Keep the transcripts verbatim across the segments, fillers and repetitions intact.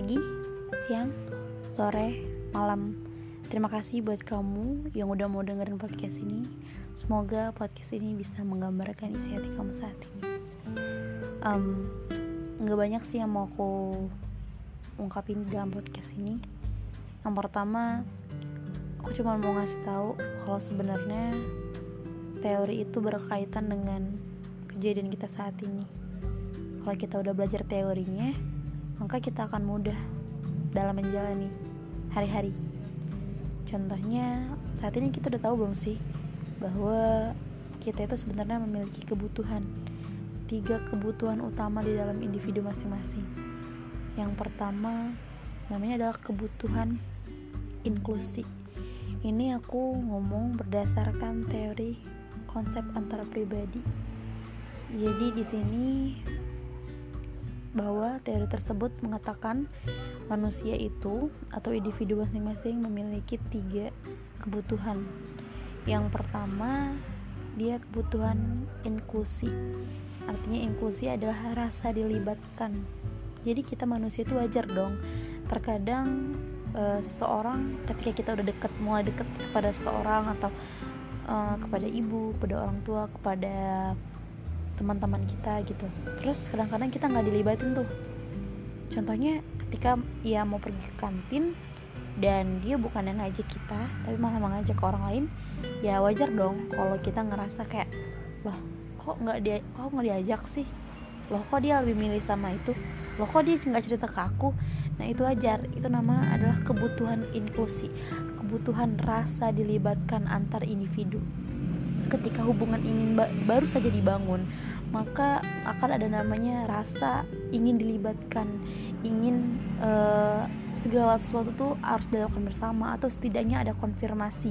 pagi, siang, sore, malam. Terima kasih buat kamu yang udah mau dengerin podcast ini. Semoga podcast ini bisa menggambarkan isi hati kamu saat ini. um, Gak banyak sih yang mau aku ungkapin dalam podcast ini. Yang pertama, aku cuma mau ngasih tahu kalau sebenarnya teori itu berkaitan dengan kejadian kita saat ini. Kalau kita udah belajar teorinya, maka kita akan mudah dalam menjalani hari-hari. Contohnya, saat ini kita udah tahu belum sih bahwa kita itu sebenarnya memiliki kebutuhan, tiga kebutuhan utama di dalam individu masing-masing. Yang pertama namanya adalah kebutuhan inklusi. Ini aku ngomong berdasarkan teori konsep antara pribadi. Jadi di sini bahwa teori tersebut mengatakan manusia itu atau individu masing-masing memiliki tiga kebutuhan. Yang pertama, dia kebutuhan inklusi. Artinya inklusi adalah rasa dilibatkan. Jadi kita manusia itu wajar dong. Terkadang e, seseorang ketika kita udah dekat, mulai dekat kepada seseorang atau e, kepada ibu, kepada orang tua, kepada teman-teman kita gitu, terus kadang-kadang kita nggak dilibatin tuh. Contohnya ketika ia mau pergi ke kantin dan dia bukan yang ngajak kita tapi malah mengajak orang lain, ya wajar dong kalau kita ngerasa kayak, loh kok nggak dia kok nggak diajak sih, loh kok dia lebih milih sama itu, loh kok dia nggak cerita ke aku. Nah itu wajar, itu nama adalah kebutuhan inklusi, kebutuhan rasa dilibatkan antar individu. Ketika hubungan ingin ba- baru saja dibangun, maka akan ada namanya rasa ingin dilibatkan, ingin uh, segala sesuatu tuh harus dilakukan bersama atau setidaknya ada konfirmasi.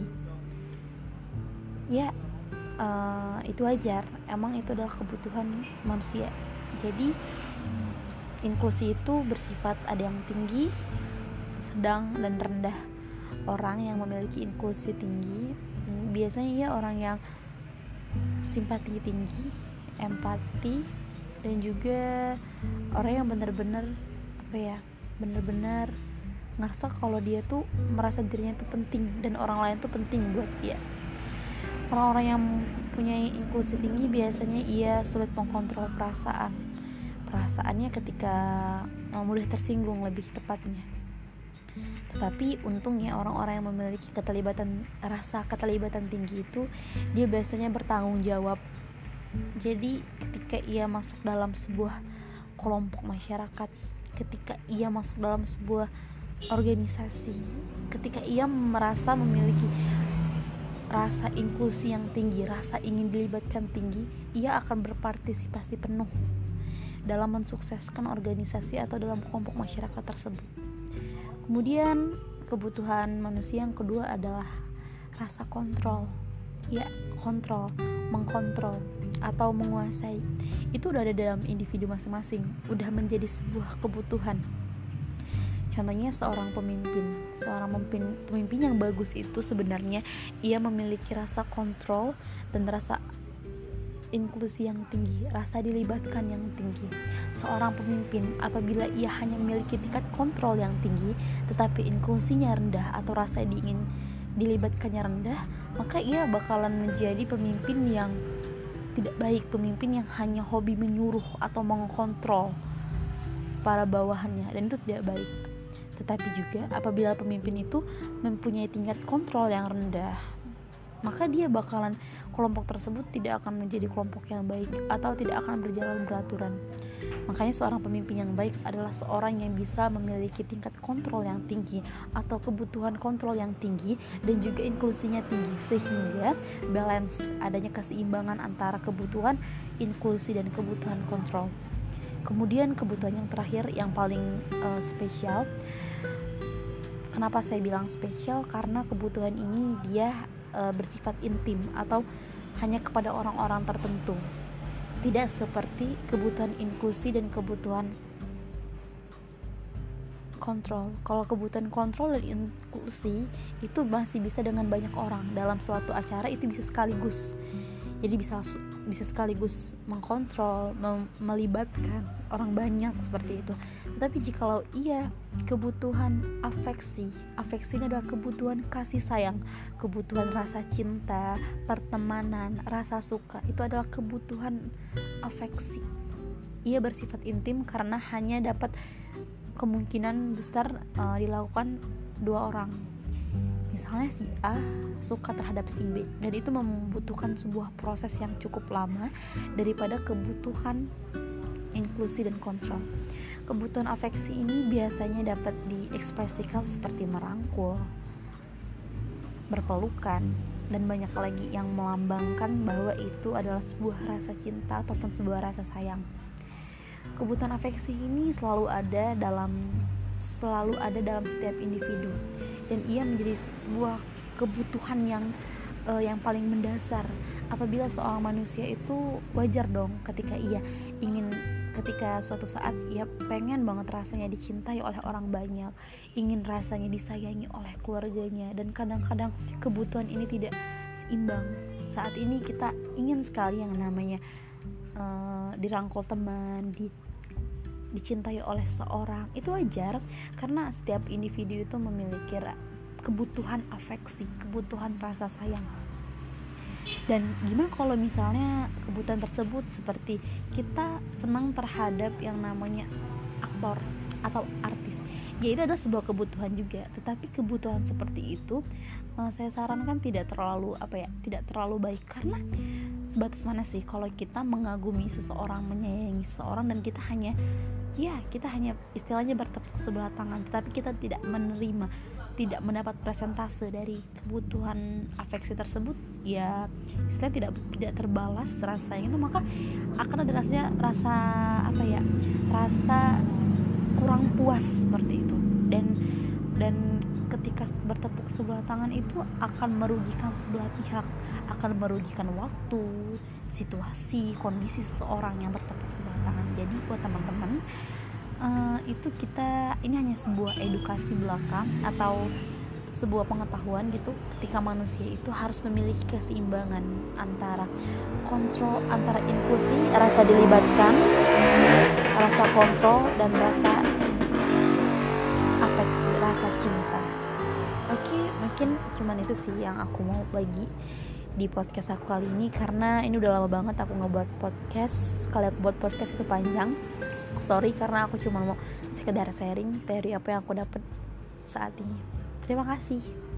Ya, uh, itu wajar. Emang itu adalah kebutuhan manusia. Jadi inklusi itu bersifat ada yang tinggi, sedang, dan rendah. Orang yang memiliki inklusi tinggi biasanya ya orang yang simpati tinggi, empati, dan juga orang yang benar-benar apa ya, benar-benar ngerasa kalau dia tuh merasa dirinya tuh penting dan orang lain tuh penting buat dia. Orang-orang yang punya inklusi tinggi biasanya ia sulit mengontrol perasaan. Perasaannya ketika mudah tersinggung lebih tepatnya. Tetapi untungnya orang-orang yang memiliki keterlibatan, rasa keterlibatan tinggi itu dia biasanya bertanggung jawab. Jadi ketika ia masuk dalam sebuah kelompok masyarakat, ketika ia masuk dalam sebuah organisasi, ketika ia merasa memiliki rasa inklusi yang tinggi, rasa ingin dilibatkan tinggi, ia akan berpartisipasi penuh dalam mensukseskan organisasi atau dalam kelompok masyarakat tersebut. Kemudian kebutuhan manusia yang kedua adalah rasa kontrol. Ya, kontrol, mengkontrol atau menguasai. Itu udah ada dalam individu masing-masing, udah menjadi sebuah kebutuhan. Contohnya seorang pemimpin, seorang pemimpin, pemimpin yang bagus itu sebenarnya ia memiliki rasa kontrol dan rasa inklusi yang tinggi, rasa dilibatkan yang tinggi. Seorang pemimpin apabila ia hanya memiliki tingkat kontrol yang tinggi tetapi inklusinya rendah atau rasa diingin dilibatkannya rendah, maka ia bakalan menjadi pemimpin yang tidak baik, pemimpin yang hanya hobi menyuruh atau mengkontrol para bawahannya, dan itu tidak baik. Tetapi juga apabila pemimpin itu mempunyai tingkat kontrol yang rendah, maka dia bakalan kelompok tersebut tidak akan menjadi kelompok yang baik atau tidak akan berjalan beraturan. Makanya seorang pemimpin yang baik adalah seorang yang bisa memiliki tingkat kontrol yang tinggi atau kebutuhan kontrol yang tinggi dan juga inklusinya tinggi, sehingga balance, adanya keseimbangan antara kebutuhan inklusi dan kebutuhan kontrol. Kemudian kebutuhan yang terakhir yang paling uh, spesial. Kenapa saya bilang spesial? Karena kebutuhan ini dia bersifat intim atau hanya kepada orang-orang tertentu, tidak seperti kebutuhan inklusi dan kebutuhan kontrol. Kalau kebutuhan kontrol dan inklusi itu masih bisa dengan banyak orang dalam suatu acara, itu bisa sekaligus. Jadi bisa bisa sekaligus mengkontrol, mem- melibatkan orang banyak seperti itu. Tetapi jikalau iya, kebutuhan afeksi, afeksi ini adalah kebutuhan kasih sayang, kebutuhan rasa cinta, pertemanan, rasa suka, itu adalah kebutuhan afeksi. Ia bersifat intim karena hanya dapat kemungkinan besar uh, dilakukan dua orang. Misalnya si A suka terhadap si B, dan itu membutuhkan sebuah proses yang cukup lama daripada kebutuhan inklusi dan kontrol. Kebutuhan afeksi ini biasanya dapat diekspresikan seperti merangkul, berpelukan, dan banyak lagi yang melambangkan bahwa itu adalah sebuah rasa cinta ataupun sebuah rasa sayang. Kebutuhan afeksi ini selalu ada dalam selalu ada dalam setiap individu, dan ia menjadi sebuah kebutuhan yang uh, yang paling mendasar. Apabila seorang manusia itu wajar dong ketika ia ingin ketika suatu saat ia pengen banget rasanya dicintai oleh orang banyak, ingin rasanya disayangi oleh keluarganya, dan kadang-kadang kebutuhan ini tidak seimbang. Saat ini kita ingin sekali yang namanya uh, dirangkul teman, di dicintai oleh seorang. Itu wajar karena setiap individu itu memiliki kebutuhan afeksi, kebutuhan rasa sayang. Dan gimana kalau misalnya kebutuhan tersebut seperti kita senang terhadap yang namanya aktor atau artis, ya itu adalah sebuah kebutuhan juga. Tetapi kebutuhan seperti itu uh, saya sarankan tidak terlalu apa ya tidak terlalu baik, karena sebatas mana sih kalau kita mengagumi seseorang, menyayangi seseorang, dan kita hanya ya kita hanya istilahnya bertepuk sebelah tangan, tetapi kita tidak menerima, tidak mendapat presentase dari kebutuhan afeksi tersebut, ya istilahnya tidak tidak terbalas rasa sayang itu, maka akan ada rasanya rasa apa ya rasa kurang puas seperti itu. Dan dan ketika bertepuk sebelah tangan itu akan merugikan sebelah pihak, akan merugikan waktu, situasi, kondisi seseorang yang bertepuk sebelah tangan. Jadi buat teman-teman, uh, itu kita ini hanya sebuah edukasi belaka atau sebuah pengetahuan gitu, ketika manusia itu harus memiliki keseimbangan antara kontrol, antara inklusi, rasa dilibatkan, rasa kontrol, dan rasa afeksi, rasa cinta. Oke, mungkin cuman itu sih yang aku mau bagi di podcast aku kali ini, karena ini udah lama banget aku ngebuat podcast. Kalau aku buat podcast itu panjang, sorry, karena aku cuma mau sekedar sharing teori apa yang aku dapat saat ini. Terima kasih.